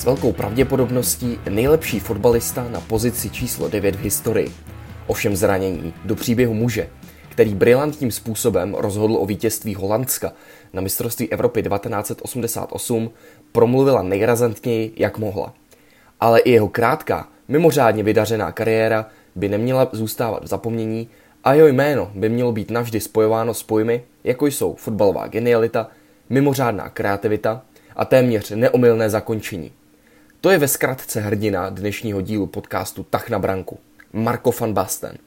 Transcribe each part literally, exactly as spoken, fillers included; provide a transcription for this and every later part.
velkou pravděpodobností nejlepší fotbalista na pozici číslo devět v historii. Ovšem zranění do příběhu muže, který brilantním způsobem rozhodl o vítězství Holandska na mistrovství Evropy devatenáct set osmdesát osm, promluvila nejrazantněji, jak mohla. Ale i jeho krátká, mimořádně vydařená kariéra by neměla zůstávat v zapomnění a jeho jméno by mělo být navždy spojováno s pojmy, jako jsou fotbalová genialita, mimořádná kreativita a téměř neomylné zakončení. To je ve zkratce hrdina dnešního dílu podcastu Tah na branku, Marco van Basten.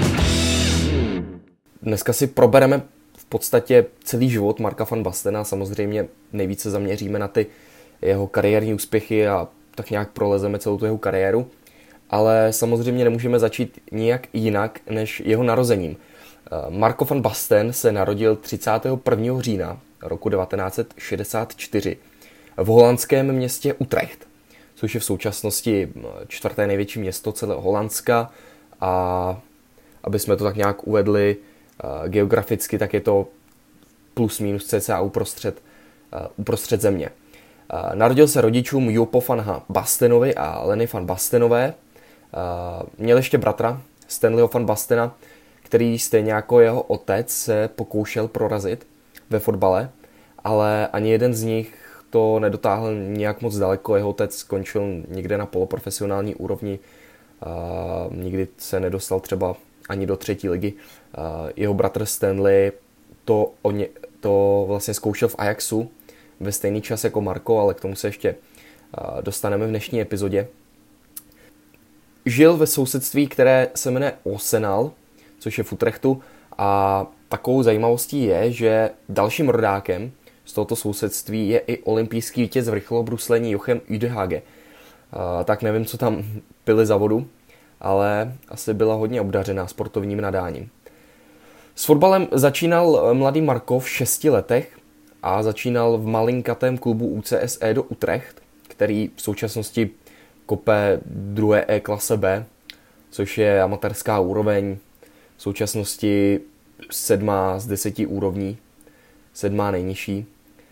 Dneska si probereme v podstatě celý život Marca van Bastena, samozřejmě nejvíce zaměříme na ty jeho kariérní úspěchy a tak nějak prolezeme celou tu jeho kariéru, ale samozřejmě nemůžeme začít nijak jinak než jeho narozením. Marco van Basten se narodil třicátého prvního října roku devatenáct set šedesát čtyři v holandském městě Utrecht, což je v současnosti čtvrté největší město celého Holandska, a aby jsme to tak nějak uvedli uh, geograficky, tak je to plus minus cca uprostřed, uh, uprostřed země. Uh, narodil se rodičům Jopo van Bastenovi a Leny van Bastenové. Uh, měl ještě bratra Stanleyho van Bastena, který stejně jako jeho otec se pokoušel prorazit ve fotbale, ale ani jeden z nich to nedotáhl nějak moc daleko. Jeho otec skončil někde na poloprofesionální úrovni, uh, nikdy se nedostal třeba ani do třetí ligy. Uh, jeho bratr Stanley to, ně, to vlastně zkoušel v Ajaxu ve stejný čas jako Marco, ale k tomu se ještě uh, dostaneme v dnešní epizodě. Žil ve sousedství, které se jmenuje Osenal, což je v Utrechtu, a takovou zajímavostí je, že dalším rodákem z tohoto sousedství je i olympijský vítěz v rychlobruslení Jochem Uydehage. Uh, tak nevím, co tam pili za vodu, ale asi byla hodně obdařená sportovním nadáním. S fotbalem začínal mladý Marco v šesti letech a začínal v malinkatém klubu U C S E do Utrecht, který v současnosti kope druhé E klase B, což je amatérská úroveň, v současnosti sedmá z deseti úrovní, sedmá nejnižší.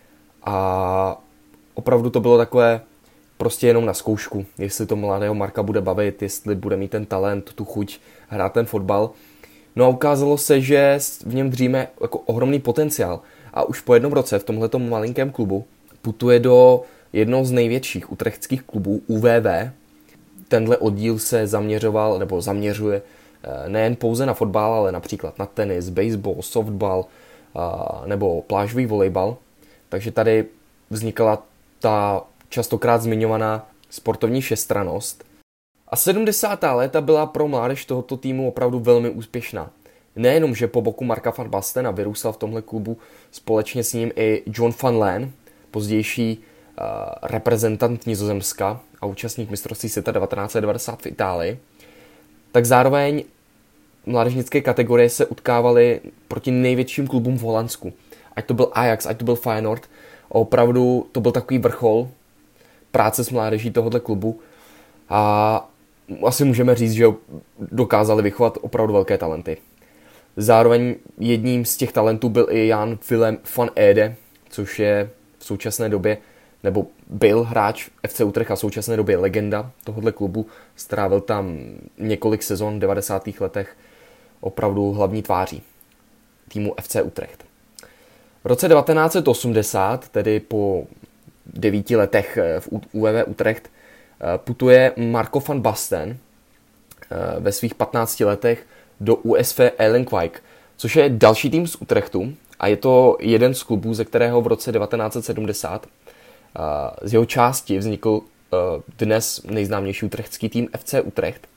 A opravdu to bylo takové prostě jenom na zkoušku, jestli to mladého Marka bude bavit, jestli bude mít ten talent, tu chuť hrát ten fotbal. No a ukázalo se, že v něm dříme jako ohromný potenciál a už po jednom roce v tomhletom malinkém klubu putuje do jednoho z největších utrechtských klubů U V V. Tenhle oddíl se zaměřoval nebo zaměřuje nejen pouze na fotbal, ale například na tenis, baseball, softball nebo plážový volejbal. Takže tady vznikala ta častokrát zmiňovaná sportovní všestrannost. A sedmdesátá léta byla pro mládež tohoto týmu opravdu velmi úspěšná. Nejenom, že po boku Marca van Bastena vyrůstal v tomhle klubu společně s ním i John van Leen, pozdější uh, reprezentant Nizozemska a účastník mistrovství světa devatenáct set devadesát v Itálii, tak zároveň mládežnické kategorie se utkávaly proti největším klubům v Holandsku. Ať to byl Ajax, ať to byl Feyenoord. Opravdu to byl takový vrchol práce s mládeží tohoto klubu a asi můžeme říct, že dokázali vychovat opravdu velké talenty. Zároveň jedním z těch talentů byl i Jan Willem van Ede, což je v současné době, nebo byl hráč F C Utrecht a v současné době legenda tohoto klubu. Strávil tam několik sezon v devadesátých letech opravdu hlavní tváří týmu F C Utrecht. V roce devatenáct set osmdesát, tedy po devíti letech v U V V Utrecht, putuje Marco van Basten ve svých patnácti letech do U S V Elijnkwijk, což je další tým z Utrechtu a je to jeden z klubů, ze kterého v roce devatenáct set sedmdesát z jeho části vznikl dnes nejznámější utrechtský tým F C Utrecht.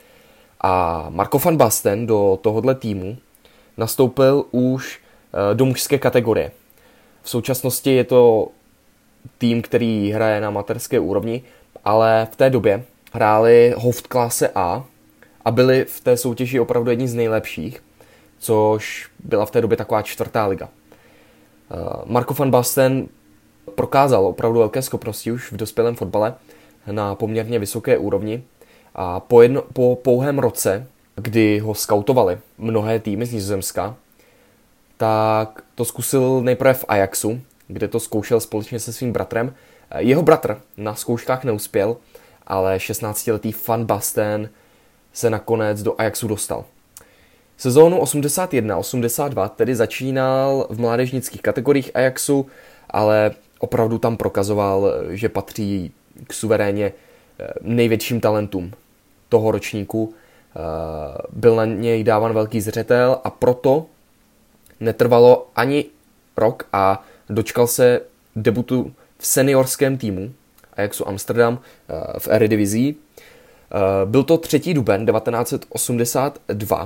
A Marco van Basten do tohohle týmu nastoupil už do mužské kategorie. V současnosti je to tým, který hraje na amatérské úrovni, ale v té době hráli Hoofdklasse A a byli v té soutěži opravdu jedni z nejlepších, což byla v té době taková čtvrtá liga. Marco van Basten prokázal opravdu velké schopnosti už v dospělém fotbale na poměrně vysoké úrovni a po, jedno, po pouhém roce, kdy ho skautovali mnohé týmy z Nizozemska, tak to zkusil nejprve v Ajaxu, kde to zkoušel společně se svým bratrem Jeho bratr na zkouškách neuspěl, ale šestnáctiletý Van Basten se nakonec do Ajaxu dostal. Sezónu osmdesát jedna osmdesát dva tedy začínal v mládežnických kategoriích Ajaxu, ale opravdu tam prokazoval, že patří k suverénně největším talentům toho ročníku. Byl na něj dáván velký zřetel a proto netrvalo ani rok a dočkal se debutu v seniorském týmu Ajaxu Amsterdam v Eredivisie. Byl to třetí duben devatenáct set osmdesát dva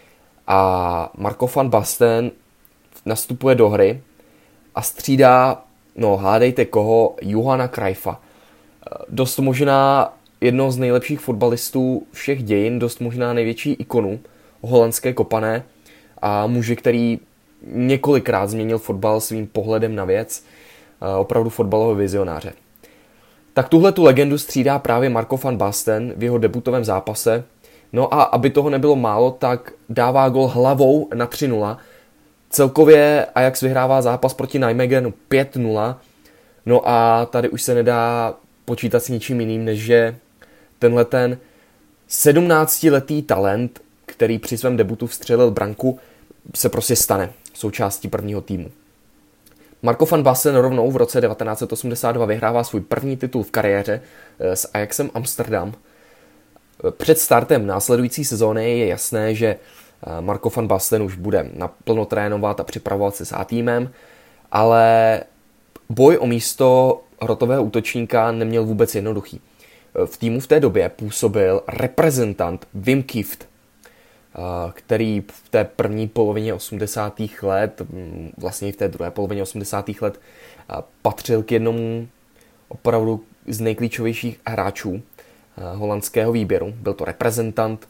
a Marco van Basten nastupuje do hry a střídá, no hádejte koho, Johana Cruyffa. Dost možná jednoho z nejlepších fotbalistů všech dějin, dost možná největší ikonu holandské kopané a muže, který několikrát změnil fotbal svým pohledem na věc, opravdu fotbalového vizionáře. Tak tuhle tu legendu střídá právě Marco van Basten v jeho debutovém zápase. No a aby toho nebylo málo, tak dává gol hlavou na tři nula. Celkově Ajax vyhrává zápas proti Nijmegenu pět nula. No a tady už se nedá počítat s ničím jiným, než že tenhle ten sedmnáctiletý talent, který při svém debutu vstřelil branku, se prostě stane součástí prvního týmu. Marco van Basten rovnou v roce devatenáct set osmdesát dva vyhrává svůj první titul v kariéře s Ajaxem Amsterdam. Před startem následující sezóny je jasné, že Marco van Basten už bude naplno trénovat a připravovat se s A týmem, ale boj o místo hrotového útočníka neměl vůbec jednoduchý. V týmu v té době působil reprezentant Wim Kieft, který v té první polovině osmdesátých let, vlastně i v té druhé polovině osmdesátých let, patřil k jednomu opravdu z nejklíčovějších hráčů holandského výběru. Byl to reprezentant,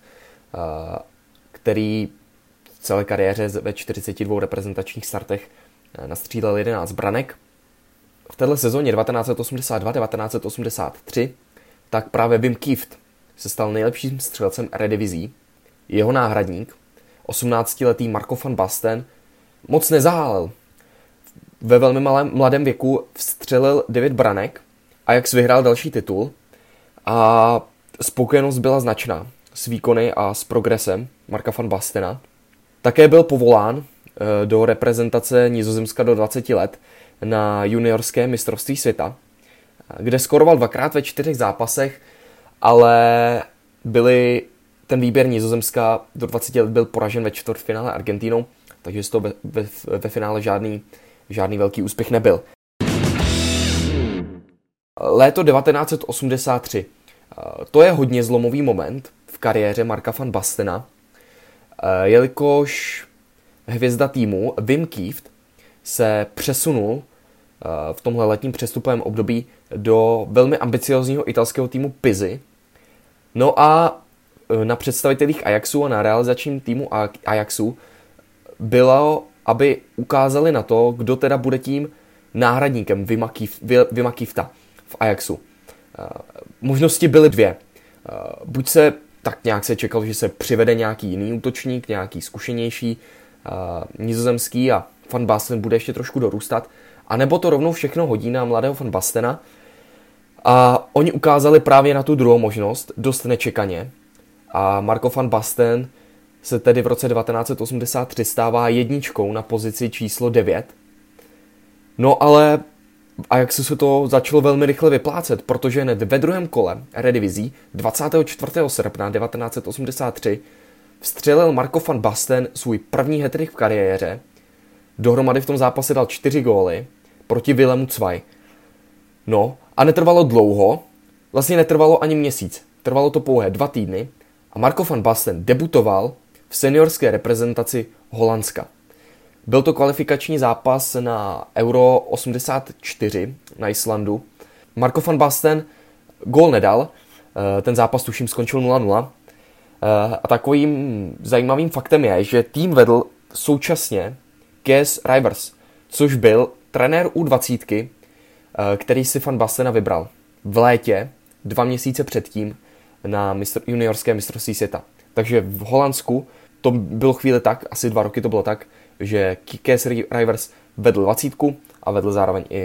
který v celé kariéře ve čtyřiceti dvou reprezentačních startech nastřílel jedenáct branek. V této sezóně devatenáct set osmdesát dva devatenáct set osmdesát tři tak právě Wim Kieft se stal nejlepším střelcem Eredivisie. Jeho náhradník, osmnáctiletý Marco van Basten, moc nezahálel. Ve velmi malém mladém věku vstřelil devět branek, Ajax vyhrál další titul a spokojenost byla značná s výkony a s progresem Marca van Bastena. Také byl povolán do reprezentace Nizozemska do dvaceti let na juniorské mistrovství světa, kde skoroval dvakrát ve čtyřech zápasech, ale byli ten výběr Nizozemska do dvaceti let byl poražen ve čtvrtfinále Argentínou, takže z toho ve, ve, ve finále žádný, žádný velký úspěch nebyl. Léto devatenáct set osmdesát tři. To je hodně zlomový moment v kariéře Marca van Bastena, jelikož hvězda týmu Wim Kieft se přesunul v tomhle letním přestupovém období do velmi ambiciozního italského týmu Pizzi. No a na představitelích Ajaxu a na realizačním týmu Ajaxu bylo, aby ukázali na to, kdo teda bude tím náhradníkem Wima Kiefta v Ajaxu. Možnosti byly dvě. Buď se, tak nějak se čekalo, že se přivede nějaký jiný útočník, nějaký zkušenější, nizozemský a Van Basten bude ještě trošku dorůstat, anebo to rovnou všechno hodí na mladého Van Bastena. A oni ukázali právě na tu druhou možnost, dost nečekaně. A Marco van Basten se tedy v roce devatenáct set osmdesát tři stává jedničkou na pozici číslo devět. No ale Ajaxu se to začalo velmi rychle vyplácet, protože hned ve druhém kole Eredivisie dvacátého čtvrtého srpna devatenáct set osmdesát tři vstřelil Marco van Basten svůj první hat-trick v kariéře. Dohromady v tom zápase dal čtyři góly proti Willemu Zwei. No a netrvalo dlouho, vlastně netrvalo ani měsíc, trvalo to pouhé dva týdny a Marco van Basten debutoval v seniorské reprezentaci Holandska. Byl to kvalifikační zápas na Euro osmdesát čtyři na Islandu. Marco van Basten gól nedal, ten zápas tuším skončil nula nula. A takovým zajímavým faktem je, že tým vedl současně Kees Rijvers, což byl trenér U dvacet, který si Van Bastena vybral v létě, dva měsíce předtím, na mistr, juniorské mistrovství světa. Takže v Holandsku to bylo chvíli tak, asi dva roky to bylo tak, že Kees Rijvers vedl dvacítku a vedl zároveň i,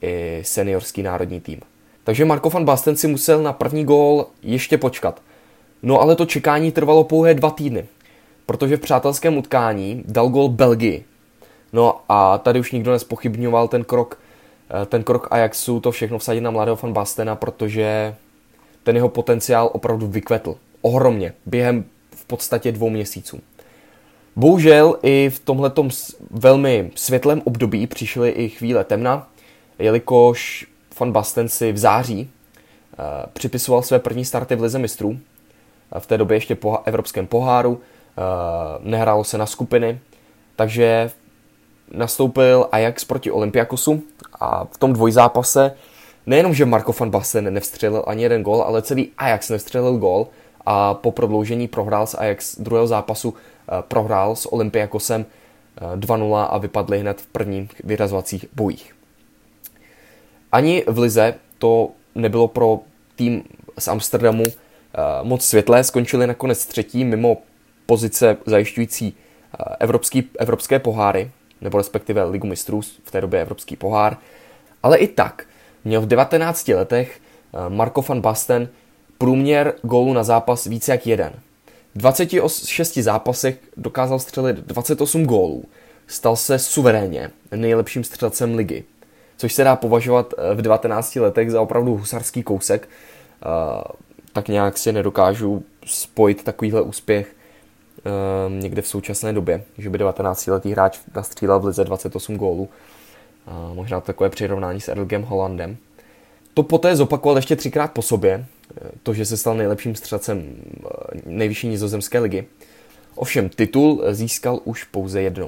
i seniorský národní tým. Takže Marco van Basten si musel na první gól ještě počkat. No ale to čekání trvalo pouhé dva týdny, protože v přátelském utkání dal gól Belgii. No a tady už nikdo nespochybňoval ten krok, ten krok Ajaxu, to všechno vsadit na mladého Van Bastena, protože ten jeho potenciál opravdu vykvetl. Ohromně, během v podstatě dvou měsíců. Bohužel i v tomhletom velmi světlém období přišly i chvíle temna, jelikož Van Basten si v září uh, připisoval své první starty v Lize mistrů. V té době ještě po evropském poháru, uh, nehrálo se na skupiny, takže nastoupil Ajax proti Olympiakosu a v tom dvojzápase nejenom, že Marco van Basten nevstřelil ani jeden gól, ale celý Ajax nevstřelil gól a po prodloužení prohrál s Ajax druhého zápasu, uh, prohrál s Olympiakosem uh, dva nula a vypadli hned v prvních vyrazovacích bojích. Ani v lize to nebylo pro tým z Amsterdamu uh, moc světlé, skončili nakonec třetí mimo pozice zajišťující uh, evropský, evropské poháry, nebo respektive Ligu mistrů, v té době evropský pohár. Ale i tak měl v devatenácti letech uh, Marco van Basten průměr gólů na zápas více jak jeden. V dvaceti šesti zápasech dokázal střelit dvacet osm gólů. Stal se suverénně nejlepším střelcem ligy, což se dá považovat v devatenácti letech za opravdu husarský kousek. Tak nějak si nedokážu spojit takovýhle úspěch někde v současné době, že by devatenáctiletý hráč nastřílel v lize dvacet osm gólů. Možná takové přirovnání s Erlingem Haalandem. To poté zopakoval ještě třikrát po sobě, to, že se stal nejlepším střelcem nejvyšší nizozemské ligy. Ovšem titul získal už pouze jednou.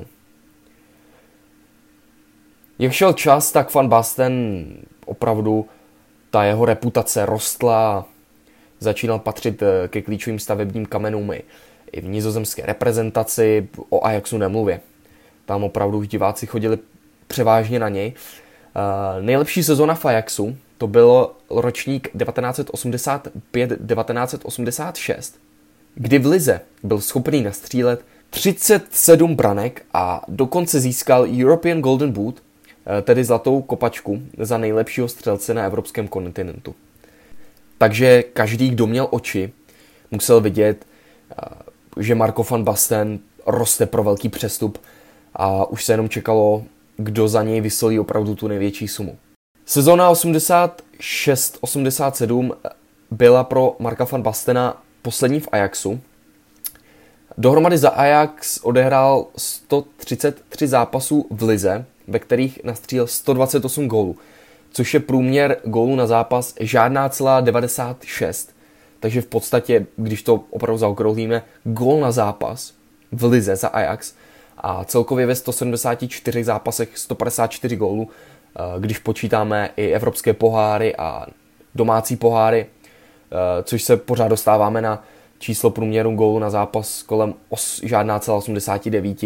Jak šel čas, tak Van Basten opravdu, ta jeho reputace rostla, začínal patřit ke klíčovým stavebním kamenům i v nizozemské reprezentaci, o Ajaxu nemluvě. Tam opravdu diváci chodili převážně na něj. Uh, nejlepší sezona v Ajaxu to byl ročník devatenáct osmdesát pět devatenáct osmdesát šest, kdy v lize byl schopný nastřílet třicet sedm branek a dokonce získal European Golden Boot, tedy zlatou kopačku za nejlepšího střelce na evropském kontinentu. Takže každý, kdo měl oči, musel vidět, že Marco van Basten roste pro velký přestup a už se jenom čekalo, kdo za něj vysolí opravdu tu největší sumu. Sezóna osmdesát šest osmdesát sedm byla pro Marca van Bastena poslední v Ajaxu. Dohromady za Ajax odehrál sto třicet tři zápasů v lize, ve kterých nastřílel sto dvacet osm gólů, což je průměr gólů na zápas žádná celá devadesát šest. Takže v podstatě, když to opravdu zaokrouhlíme, gól na zápas v lize za Ajax a celkově ve sto sedmdesáti čtyřech zápasech sto padesát čtyři gólů, když počítáme i evropské poháry a domácí poháry, což se pořád dostáváme na číslo průměru gólu na zápas kolem os, žádná celá osmdesát devět,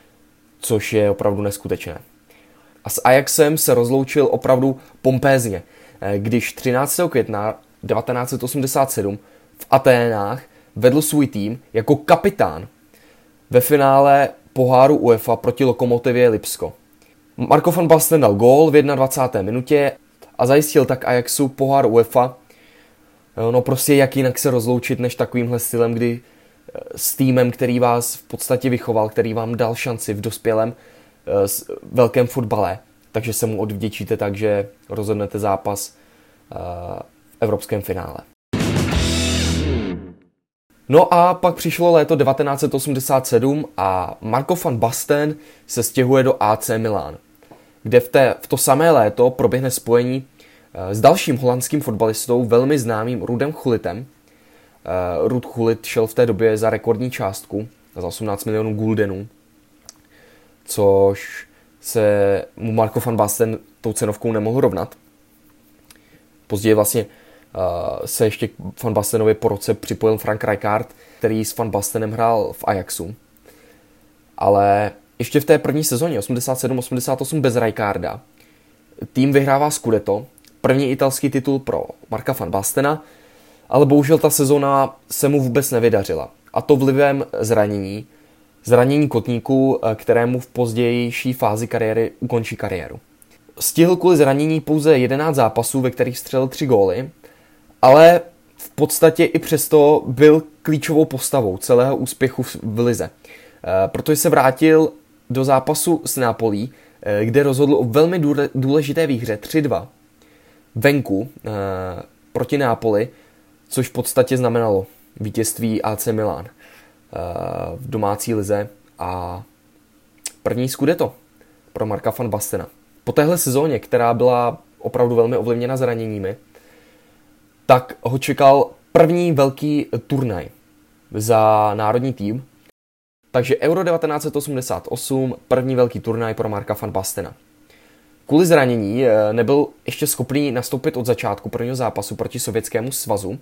což je opravdu neskutečné. A s Ajaxem se rozloučil opravdu pompézně, když třináctého května devatenáct osmdesát sedm v Aténách vedl svůj tým jako kapitán ve finále poháru UEFA proti Lokomotivě Lipsko. Marco van Basten dal gól v dvacáté první minutě a zajistil tak Ajaxu pohár UEFA. No prostě jak jinak se rozloučit než takovýmhle stylem, kdy s týmem, který vás v podstatě vychoval, který vám dal šanci v dospělém velkém fotbale, takže se mu odvděčíte tak, že rozhodnete zápas v evropském finále. No a pak přišlo léto devatenáct osmdesát sedm a Marco van Basten se stěhuje do A C Milan, kde v, té, v to samé léto proběhne spojení s dalším holandským fotbalistou, velmi známým Rudem Gulitem. Rud Gullit šel v té době za rekordní částku, za osmnáct milionů guldenů, což se mu Marco van Basten tou cenovkou nemohl rovnat. Později vlastně uh, se ještě k Van Bastenovi po roce připojil Frank Rijkaard, který s Van Bastenem hrál v Ajaxu. Ale ještě v té první sezóně osmdesát sedm osmdesát osm bez Rijkaarda tým vyhrává Scudetto, první italský titul pro Marca van Bastena, ale bohužel ta sezóna se mu vůbec nevydařila. A to vlivem zranění, zranění kotníků, kterému v pozdější fázi kariéry ukončí kariéru. stihl kvůli zranění pouze jedenáct zápasů, ve kterých střelil tři góly, ale v podstatě i přesto byl klíčovou postavou celého úspěchu v lize. Protože se vrátil do zápasu s Napolí, kde rozhodl o velmi důležité výhře tři dva venku proti Nápoli, což v podstatě znamenalo vítězství A C Milan v domácí lize a první scudetto pro Marka van Bastena. Po téhle sezóně, která byla opravdu velmi ovlivněna zraněními, tak ho čekal první velký turnaj za národní tým. Takže Euro devatenáct set osmdesát osm, první velký turnaj pro Marka van Bastena. Kvůli zranění nebyl ještě schopný nastoupit od začátku prvního zápasu proti Sovětskému svazu.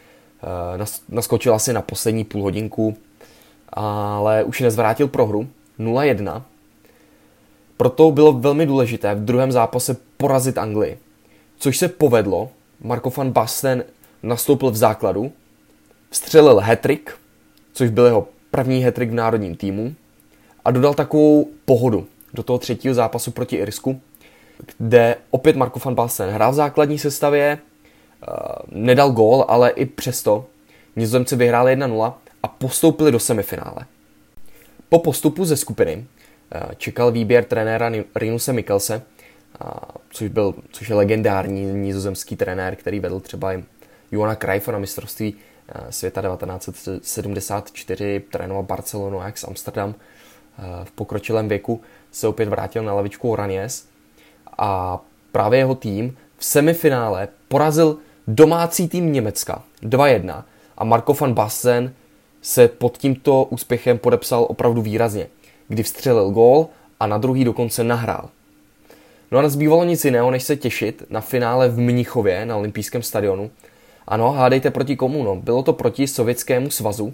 Naskočil asi na poslední půl hodinku, ale už nezvrátil prohru nula jedna. Proto bylo velmi důležité v druhém zápase porazit Anglii, což se povedlo. Marco van Basten nastoupil v základu, vstřelil hat-trick, což byl jeho první hat-trick v národním týmu a dodal takovou pohodu do toho třetího zápasu proti Irsku, kde opět Marco van Basten hrál v základní sestavě, nedal gól, ale i přesto Nizozemci vyhráli jedna nula a postoupili do semifinále. Po postupu ze skupiny čekal výběr trenéra Rinuse Mikkelse, což, byl, což je legendární nizozemský trenér, který vedl třeba i Johana Cruyffa na mistrovství světa devatenáct set sedmdesát čtyři, trénoval Barcelonu, Ajax Amsterdam. V pokročilém věku se opět vrátil na lavičku Oranies a právě jeho tým v semifinále porazil domácí tým Německa dva jedna a Marco van Basten se pod tímto úspěchem podepsal opravdu výrazně, kdy vstřelil gól a na druhý dokonce nahrál. No a nezbývalo nic jiného, než se těšit na finále v Mnichově na olympijském stadionu. Ano, hádejte proti komu, no. Bylo to proti Sovětskému svazu,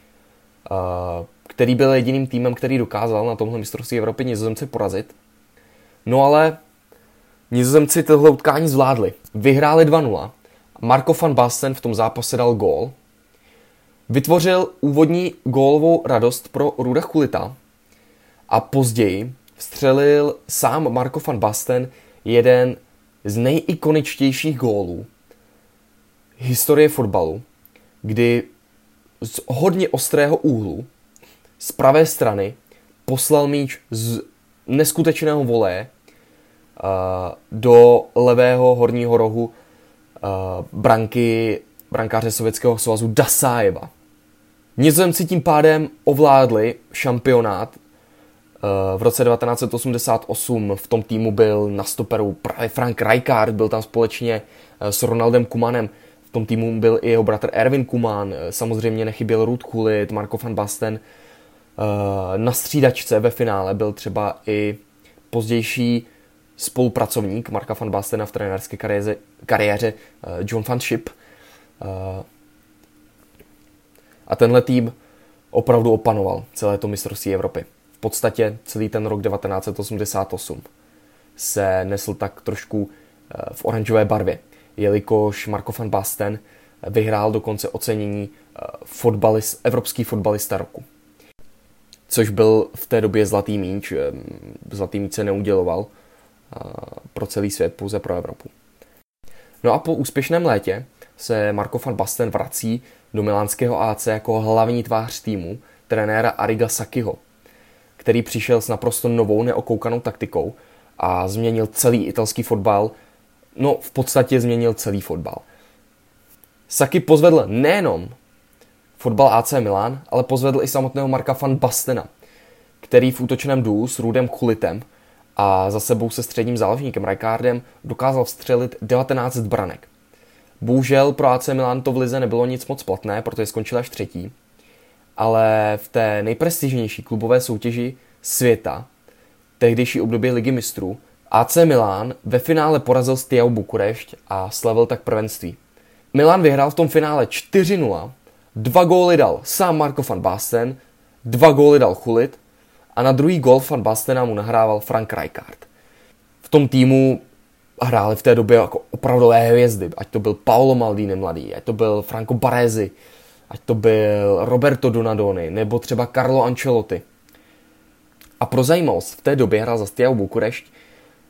který byl jediným týmem, který dokázal na tomhle mistrovství Evropy Nizozemce porazit. No ale Nizozemci tohle utkání zvládli. Vyhráli dva nula. Marco van Basten v tom zápase dal gól. Vytvořil úvodní gólovou radost pro Ruda Gulita a později vstřelil sám Marco van Basten jeden z nejikoničtějších gólů historie fotbalu, kdy z hodně ostrého úhlu z pravé strany poslal míč z neskutečného voleje uh, do levého horního rohu uh, branky brankáře Sovětského svazu Dasájeva. Nizozemci tím pádem ovládli šampionát. Uh, v roce devatenáct set osmdesát osm v tom týmu byl na stoperu právě Frank Rijkaard, byl tam společně uh, s Ronaldem Koemanem. V tom týmu byl i jeho bratr Erwin Koeman, samozřejmě nechyběl Ruud Gullit, Marco van Basten. Na střídačce ve finále byl třeba i pozdější spolupracovník Marka van Bastena v trenérské kariéře, kariéře John van Schip. A tenhle tým opravdu opanoval celé to mistrovství Evropy. V podstatě celý ten rok devatenáct set osmdesát osm se nesl tak trošku v oranžové barvě, jelikož Marco van Basten vyhrál dokonce ocenění fotbalist, evropský fotbalista roku. Což byl v té době zlatý míč. Zlatý míč se neuděloval pro celý svět, pouze pro Evropu. No a po úspěšném létě se Marco van Basten vrací do milánského A C jako hlavní tvář týmu trenéra Arriga Sacchiho, který přišel s naprosto novou neokoukanou taktikou a změnil celý italský fotbal. No, v podstatě změnil celý fotbal. Sacchi pozvedl nejenom fotbal A C Milan, ale pozvedl i samotného Marka van Bastena, který v útočném duu s Rudem Gullitem a za sebou se středním záložníkem Rijkaardem dokázal vstřelit devatenáct branek. Bohužel pro A C Milan to v lize nebylo nic moc platné, protože skončil až třetí, ale v té nejprestižnější klubové soutěži světa, tehdejší období Ligy mistrů, A C Milan ve finále porazil Steaua Bukurešť a slavil tak prvenství. Milan vyhrál v tom finále čtyři nula, dva góly dal sám Marco van Basten, dva góly dal Gullit a na druhý gól van Bastena mu nahrával Frank Rijkaard. V tom týmu hráli v té době jako opravdové hvězdy, ať to byl Paolo Maldini mladý, ať to byl Franco Baresi, ať to byl Roberto Donadoni nebo třeba Carlo Ancelotti. A pro zajímavost, v té době hrál za Steaua Bukurešť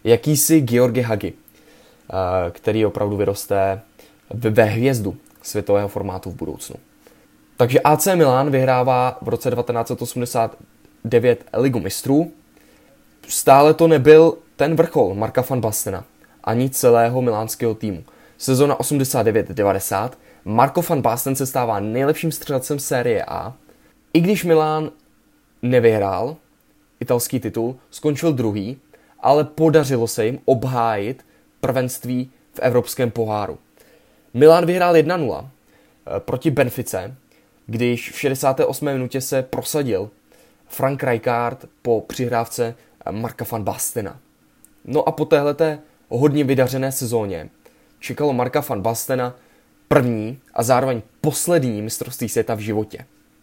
jakýsi Georgi Hagi, který opravdu vyroste ve hvězdu světového formátu v budoucnu. Takže A C Milan vyhrává v roce devatenáct set osmdesát devět Ligu mistrů. Stále to nebyl ten vrchol Marka van Bastena ani celého milánského týmu. Sezona osmdesát devět devadesát Marco van Basten se stává nejlepším střelcem série A. I když Milan nevyhrál italský titul, skončil druhý, ale podařilo se jim obhájit prvenství v evropském poháru. Milan vyhrál jedna nula proti Benfice, když v šedesáté osmé minutě se prosadil Frank Rijkaard po přihrávce Marka van Bastena. No a po téhleté hodně vydařené sezóně čekalo Marka van Bastena první a zároveň poslední mistrovství světa v životě.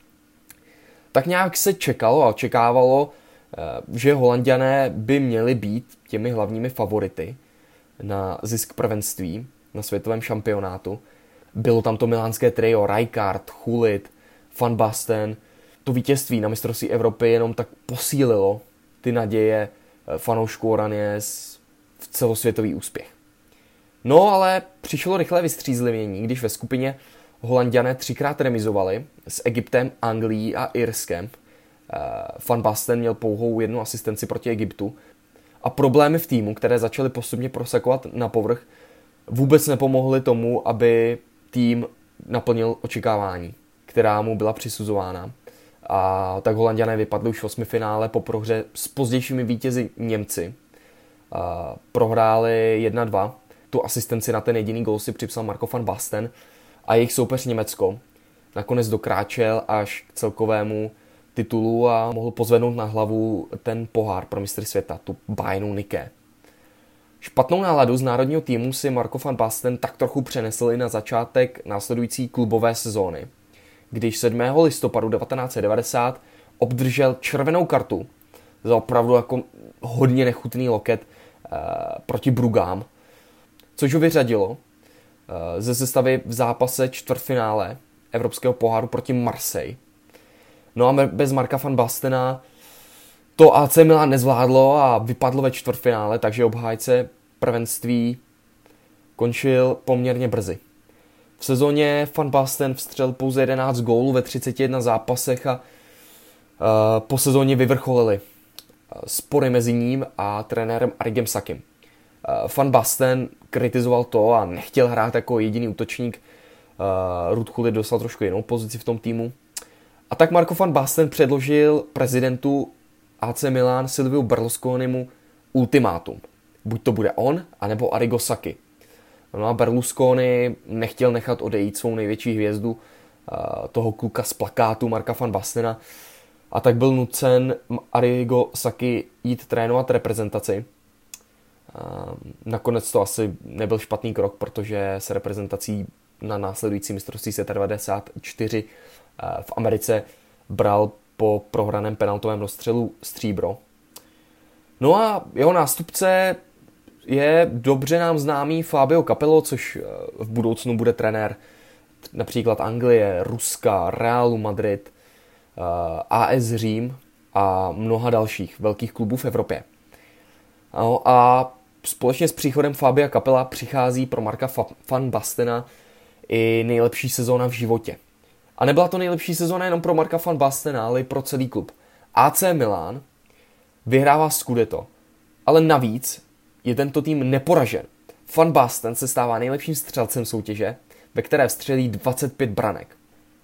Tak nějak se čekalo a očekávalo, že Holanďané by měli být těmi hlavními favority na zisk prvenství na světovém šampionátu. Bylo tam to milánské trio Rijkaard, Gullit, Van Basten. To vítězství na mistrovství Evropy jenom tak posílilo ty naděje fanoušků Oranies v celosvětový úspěch. No ale přišlo rychlé vystřízlivění, když ve skupině Holanďané třikrát remizovali s Egyptem, Anglií a Irskem. Van Basten měl pouhou jednu asistenci proti Egyptu a problémy v týmu, které začaly postupně prosakovat na povrch, vůbec nepomohly tomu, aby tým naplnil očekávání, která mu byla přisuzována. A tak Holanďané vypadli už v osmifinále po prohře s pozdějšími vítězi Němci. A prohráli jedna dva. Tu asistenci na ten jediný gól si připsal Marco van Basten a jejich soupeř Německo nakonec dokráčel až k celkovému titulu a mohl pozvednout na hlavu ten pohár pro mistry světa, tu Bayernu Nike. Špatnou náladu z národního týmu si Marco van Basten tak trochu přenesl i na začátek následující klubové sezóny, když sedmého listopadu devatenáct set devadesát obdržel červenou kartu za opravdu jako hodně nechutný loket eh, proti Brugám, což ho vyřadilo eh, ze sestavy v zápase čtvrtfinále Evropského poháru proti Marseille. No a bez Marka van Bastena to A C Milan nezvládlo a vypadlo ve čtvrtfinále, takže obhájce prvenství končil poměrně brzy. V sezóně Van Basten vstřelil pouze jedenáct gólů ve třiceti jedné zápasech a uh, po sezóně vyvrcholili spory mezi ním a trenérem Arrighem Sakim. Uh, Van Basten kritizoval to a nechtěl hrát jako jediný útočník. Uh, Ruud Gullit dostal trošku jinou pozici v tom týmu. A tak Marco van Basten předložil prezidentu A C Milan Silviu Berlusconimu ultimátum. Buď to bude on, anebo Arrigo Sacchi. No a Berlusconi nechtěl nechat odejít svou největší hvězdu, toho kluka z plakátu Marka van Bastena, a tak byl nucen Arrigo Sacchi jít trénovat reprezentaci. Nakonec to asi nebyl špatný krok, protože se reprezentací na následující mistrovství světa devadesát čtyři v Americe bral po prohraném penaltovém rozstřelu stříbro. No a jeho nástupce je dobře nám známý Fabio Capello, což v budoucnu bude trenér například Anglie, Ruska, Realu Madrid, A S Řím a mnoha dalších velkých klubů v Evropě. No a společně s příchodem Fabia Capella přichází pro Marka van Bastena i nejlepší sezóna v životě. A nebyla to nejlepší sezóna jenom pro Marka van Bastena, ale i pro celý klub. A C Milan vyhrává Scudetto, ale navíc je tento tým neporažen. Van Basten se stává nejlepším střelcem soutěže, ve které vstřelí dvacet pět branek.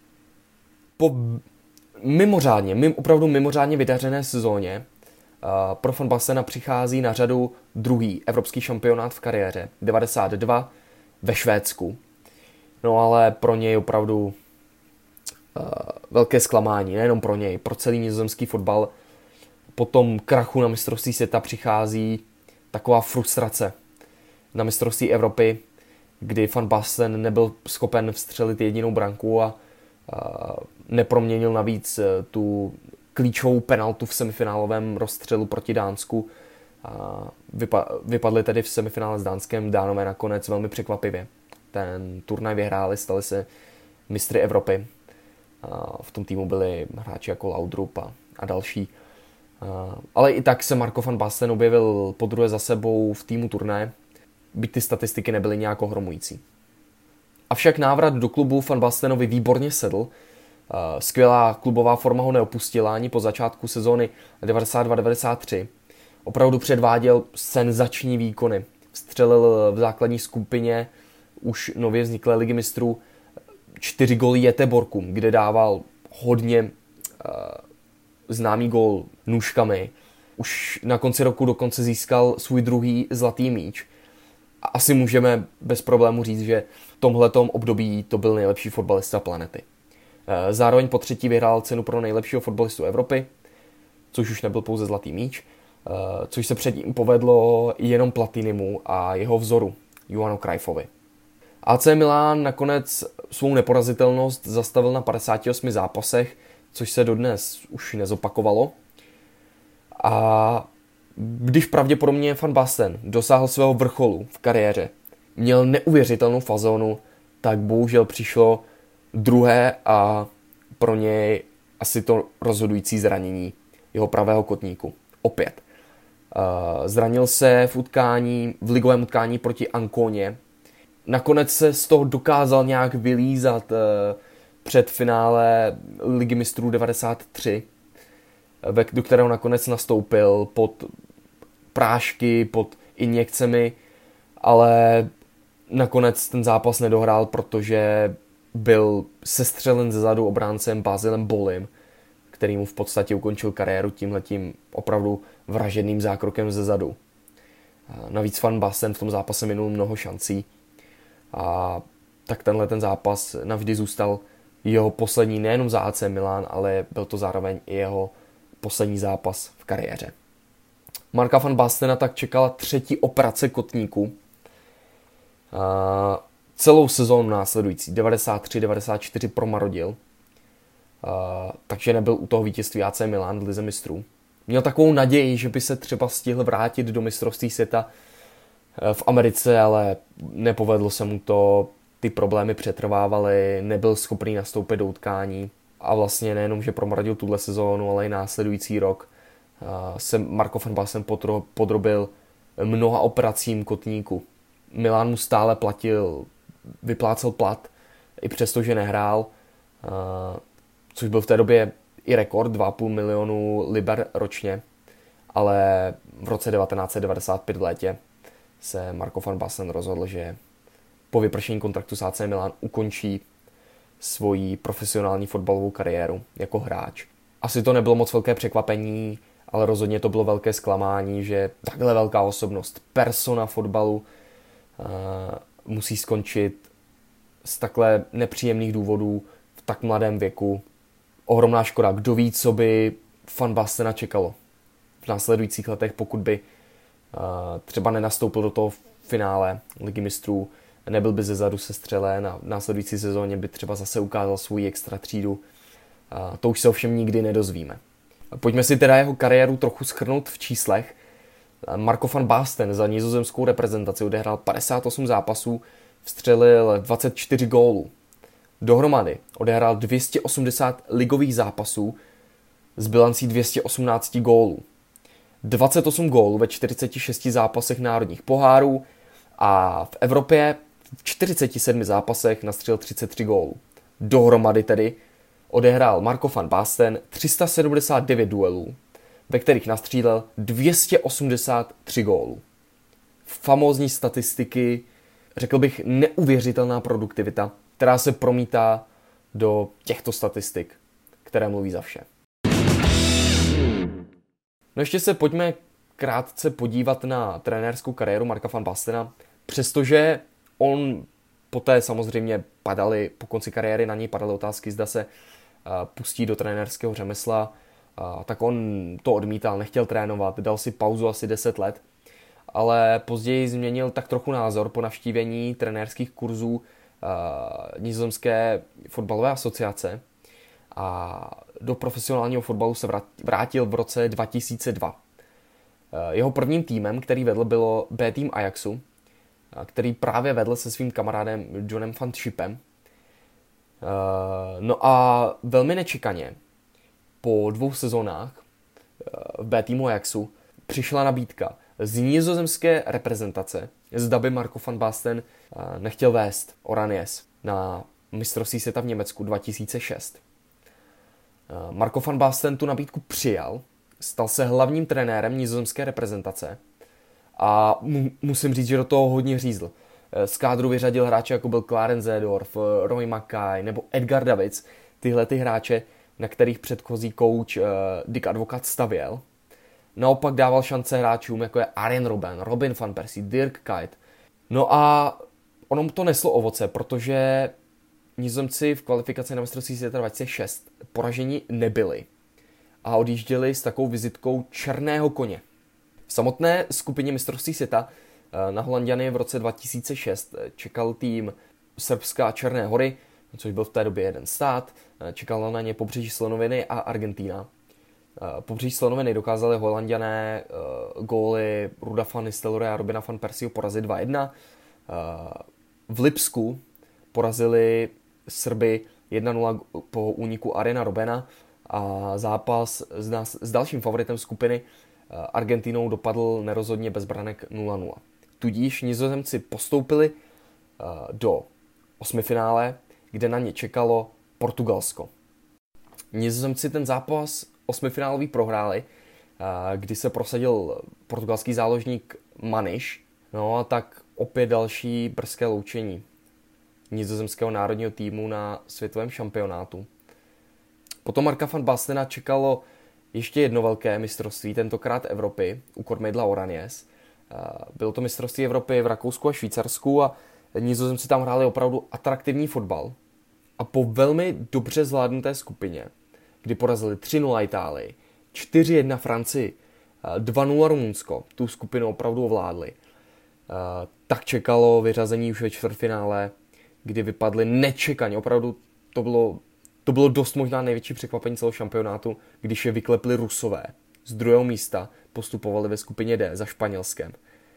Po mimořádně, mim, opravdu mimořádně vydařené sezóně uh, pro Van Bastena přichází na řadu druhý evropský šampionát v kariéře, devadesát dva ve Švédsku. No ale pro něj opravdu uh, velké zklamání, nejenom pro něj, pro celý nizozemský fotbal. Po tom krachu na mistrovství světa přichází taková frustrace na mistrovství Evropy, kdy Van Basten nebyl schopen vstřelit jedinou branku a, a neproměnil navíc tu klíčovou penaltu v semifinálovém rozstřelu proti Dánsku. A vypa- vypadli tedy v semifinále s Dánskem Dánové nakonec velmi překvapivě. Ten turnaj vyhráli, stali se mistry Evropy. A v tom týmu byli hráči jako Laudrup a, a další. Ale i tak se Marco van Basten objevil podruhé za sebou v týmu turné, byť ty statistiky nebyly nějak ohromující. Avšak návrat do klubu Van Bastenovi výborně sedl. Skvělá klubová forma ho neopustila ani po začátku sezóny devadesát dva devadesát tři. Opravdu předváděl senzační výkony. Vstřelil v základní skupině už nově vzniklé ligy mistrů čtyři góly Göteborgům, kde dával hodně uh, známý gól nůžkami. Už na konci roku dokonce získal svůj druhý zlatý míč. A asi můžeme bez problému říct, že v tomhletom období to byl nejlepší fotbalista planety. Zároveň po třetí vyhrál cenu pro nejlepšího fotbalistu Evropy, což už nebyl pouze zlatý míč, což se předtím povedlo jenom Platinimu a jeho vzoru, Johanu Cruyffovi. A C Milan nakonec svou neporazitelnost zastavil na padesáti osmi zápasech, což se dodnes už nezopakovalo. A když pravděpodobně Van Basten dosáhl svého vrcholu v kariéře, měl neuvěřitelnou fazonu, tak bohužel přišlo druhé a pro něj asi to rozhodující zranění jeho pravého kotníku. Opět. Zranil se v utkání, v ligovém utkání proti Anconě. Nakonec se z toho dokázal nějak vylízat před finále Ligy mistrů devadesát tři, do kterého nakonec nastoupil pod prášky, pod injekcemi, ale nakonec ten zápas nedohrál, protože byl sestřelen zezadu obráncem Basilem Bolim, který mu v podstatě ukončil kariéru tímhletím opravdu vražedným zákrokem zezadu. Navíc Van Basten v tom zápase minul mnoho šancí a tak tenhle ten zápas navždy zůstal jeho poslední nejenom za A C Milan, ale byl to zároveň i jeho poslední zápas v kariéře. Marka van Bastena tak čekala třetí operace kotníku. A celou sezónu následující devadesát tři devadesát čtyři promarodil, a takže nebyl u toho vítězství A C Milan v Lize mistrů. Měl takovou naději, že by se třeba stihl vrátit do mistrovství světa v Americe, ale nepovedlo se mu to, ty problémy přetrvávaly, nebyl schopný nastoupit do utkání a vlastně nejenom, že promarodil tuhle sezónu, ale i následující rok se Marco van Basten podrobil mnoha operacím kotníku. Milan mu stále platil, vyplácel plat, i přesto, že nehrál, což byl v té době i rekord, dva a půl milionu liber ročně, ale v roce devatenáct set devadesát pět v létě se Marco van Basten rozhodl, že po vypršení kontraktu s A C Milan ukončí svoji profesionální fotbalovou kariéru jako hráč. Asi to nebylo moc velké překvapení, ale rozhodně to bylo velké zklamání, že takhle velká osobnost, persona fotbalu, uh, musí skončit z takhle nepříjemných důvodů v tak mladém věku. Ohromná škoda. Kdo ví, co by Van Bastena čekalo v následujících letech, pokud by uh, třeba nenastoupil do toho finále Ligy mistrů, nebyl by zezadu sestřelen a v následující sezóně by třeba zase ukázal svou extra třídu. Uh, to už se ovšem nikdy nedozvíme. Pojďme si teda jeho kariéru trochu shrnout v číslech. Marco van Basten za nizozemskou reprezentaci odehrál padesát osm zápasů, vstřelil dvacet čtyři gólů. Dohromady odehrál dvě stě osmdesát ligových zápasů s bilancí dvě stě osmnáct gólů. dvacet osm gólů ve čtyřiceti šesti zápasech národních pohárů a v Evropě v čtyřiceti sedmi zápasech nastřelil třicet tři gólů. Dohromady tedy odehrál Marco van Basten tři sta sedmdesát devět duelů, ve kterých nastřílel dvě stě osmdesát tři gólů. Famózní statistiky, řekl bych neuvěřitelná produktivita, která se promítá do těchto statistik, které mluví za vše. No ještě se pojďme krátce podívat na trenérskou kariéru Marka van Bastena, přestože on poté samozřejmě padaly, po konci kariéry na něj padaly otázky, zda se pustí do trenérského řemesla, tak on to odmítal, nechtěl trénovat, dal si pauzu asi deset let, ale později změnil tak trochu názor po navštívení trenérských kurzů nizozemské fotbalové asociace a do profesionálního fotbalu se vrátil v roce dva tisíce dva. Jeho prvním týmem, který vedl, bylo B tým Ajaxu, který právě vedl se svým kamarádem Johnem van Schipem. No a velmi nečekaně po dvou sezónách v B týmu Ajaxu, přišla nabídka z nizozemské reprezentace, zda by Marco van Basten nechtěl vést Oraniense na mistrovství světa v Německu dva tisíce šest. Marco van Basten tu nabídku přijal, stal se hlavním trenérem nizozemské reprezentace a mu, musím říct, že do toho hodně řízl. Z kádru vyřadil hráče jako byl Clarence Seedorf, Roy Mackay nebo Edgar Davids, tyhle ty hráče, na kterých předchozí kouč uh, Dick Advocaat stavěl. Naopak dával šance hráčům, jako je Arjen Robben, Robin van Persie, Dirk Kuyt. No a ono to neslo ovoce, protože Nizozemci v kvalifikaci na mistrovství světa dva tisíce šest poraženi nebyli a odjížděli s takovou vizitkou černého koně. V samotné skupině mistrovství světa na Holanďany v roce dva tisíce šest čekal tým Srbska a Černé hory, což byl v té době jeden stát, čekala na ně Pobřeží slonoviny a Argentína. Pobřeží slonoviny dokázali Holanďané góly Ruda van Nistelrooye a Robina van Persieho porazit dva jedna. V Lipsku porazili Srby jedna nula po úniku Arjena Robbena a zápas s, nás, s dalším favoritem skupiny Argentinou dopadl nerozhodně bez branek nula nula. Tudíž Nizozemci postoupili do osmifinále, kde na ně čekalo Portugalsko. Nizozemci ten zápas osmifinálový prohráli, kdy se prosadil portugalský záložník Maniš, no a tak opět další brzké loučení nizozemského národního týmu na světovém šampionátu. Potom Marka van Bastena čekalo ještě jedno velké mistrovství, tentokrát Evropy, u kormidla Oraniense. Bylo to mistrovství Evropy v Rakousku a Švýcarsku a Nizozemci tam hráli opravdu atraktivní fotbal. A po velmi dobře zvládnuté skupině, kdy porazili tři nula Itálii, čtyři jedna Francii, dva nula Rumunsko, tu skupinu opravdu ovládli, tak čekalo vyřazení už ve čtvrtfinále, kdy vypadli nečekaně. Opravdu to bylo, to bylo dost možná největší překvapení celého šampionátu, když je vyklepli Rusové. Z druhého místa postupovali ve skupině D za Španělskem.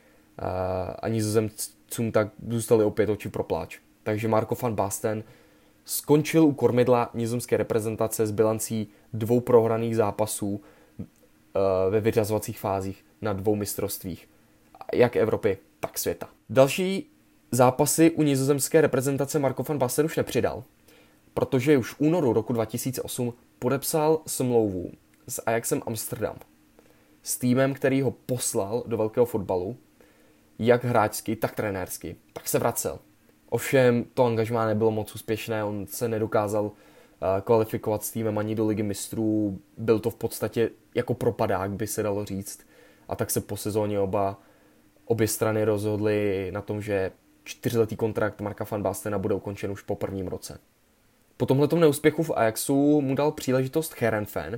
A Nizozemcům tak zůstali opět oči pro pláč. Takže Marco van Basten skončil u kormidla nizozemské reprezentace s bilancí dvou prohraných zápasů ve vyřazovacích fázích na dvou mistrovstvích. Jak Evropy, tak světa. Další zápasy u nizozemské reprezentace Marco van Basten už nepřidal, protože už v únoru roku dva tisíce osm podepsal smlouvu s Ajaxem Amsterdam. S týmem, který ho poslal do velkého fotbalu, jak hráčsky, tak trenérsky, tak se vracel. Ovšem to angažmá nebylo moc úspěšné, on se nedokázal kvalifikovat s týmem ani do ligy mistrů, byl to v podstatě jako propadák, by se dalo říct. A tak se po sezóně oba, obě strany rozhodly na tom, že čtyřletý kontrakt Marka van Bastena bude ukončen už po prvním roce. Po tomhletom neúspěchu v Ajaxu mu dal příležitost Heerenveen.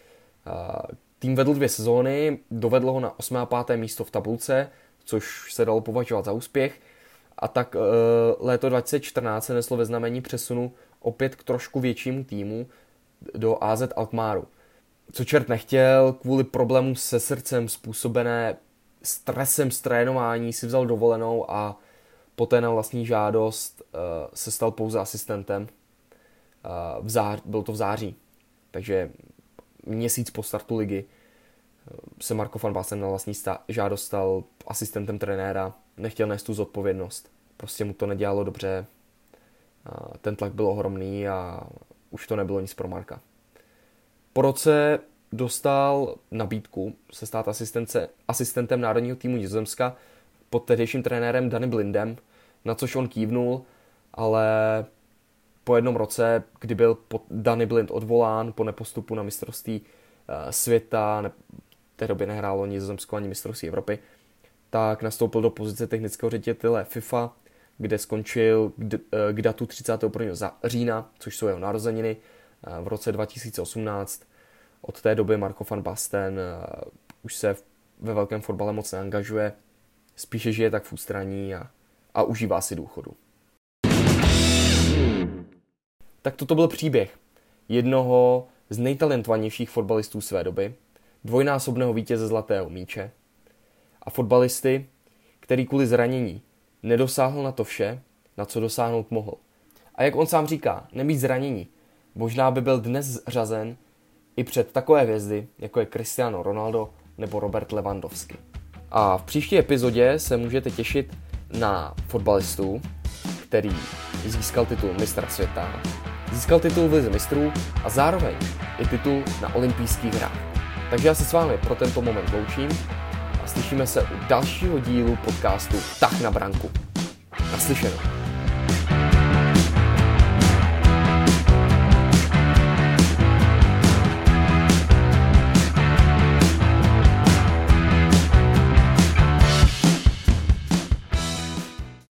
Tým vedl dvě sezóny, dovedl ho na osmé a páté místo v tabulce, což se dalo považovat za úspěch. A tak léto dva tisíce čtrnáct se neslo ve znamení přesunu opět k trošku většímu týmu do A Z Alkmaaru. Co čert nechtěl, kvůli problémům se srdcem způsobené stresem z trénování si vzal dovolenou a poté na vlastní žádost uh, se stal pouze asistentem. Uh, v září, bylo to v září, takže měsíc po startu ligy uh, se Marco van Basten na vlastní sta- žádost stal asistentem trenéra. Nechtěl nést tu zodpovědnost. Prostě mu to nedělalo dobře. Uh, ten tlak byl ohromný a už to nebylo nic pro Marka. Po roce dostal nabídku se stát asistentem národního týmu Nizozemska pod tehdejším trenérem Danny Blindem, na což on kývnul, ale po jednom roce, kdy byl Danny Blind odvolán po nepostupu na mistrovství světa, ne, v té době nehrálo Nizozemsko ani mistrovství Evropy, tak nastoupil do pozice technického ředitele FIFA, kde skončil k, k datu třicátého prvního října, což jsou jeho narozeniny, v roce dva tisíce osmnáct. Od té doby Marco van Basten už se ve velkém fotbale moc neangažuje, spíše žije tak v ústraní a, a užívá si důchodu. Tak toto byl příběh jednoho z nejtalentovanějších fotbalistů své doby, dvojnásobného vítěze Zlatého míče a fotbalisty, který kvůli zranění nedosáhl na to vše, na co dosáhnout mohl. A jak on sám říká, nebýt zranění, možná by byl dnes řazen i před takové hvězdy, jako je Cristiano Ronaldo nebo Robert Lewandowski. A v příští epizodě se můžete těšit na fotbalistu, který získal titul mistra světa, získal titul v lize mistrů a zároveň i titul na olympijských hrách. Takže já se s vámi pro tento moment loučím a slyšíme se u dalšího dílu podcastu Tah na branku. Naslyšenou.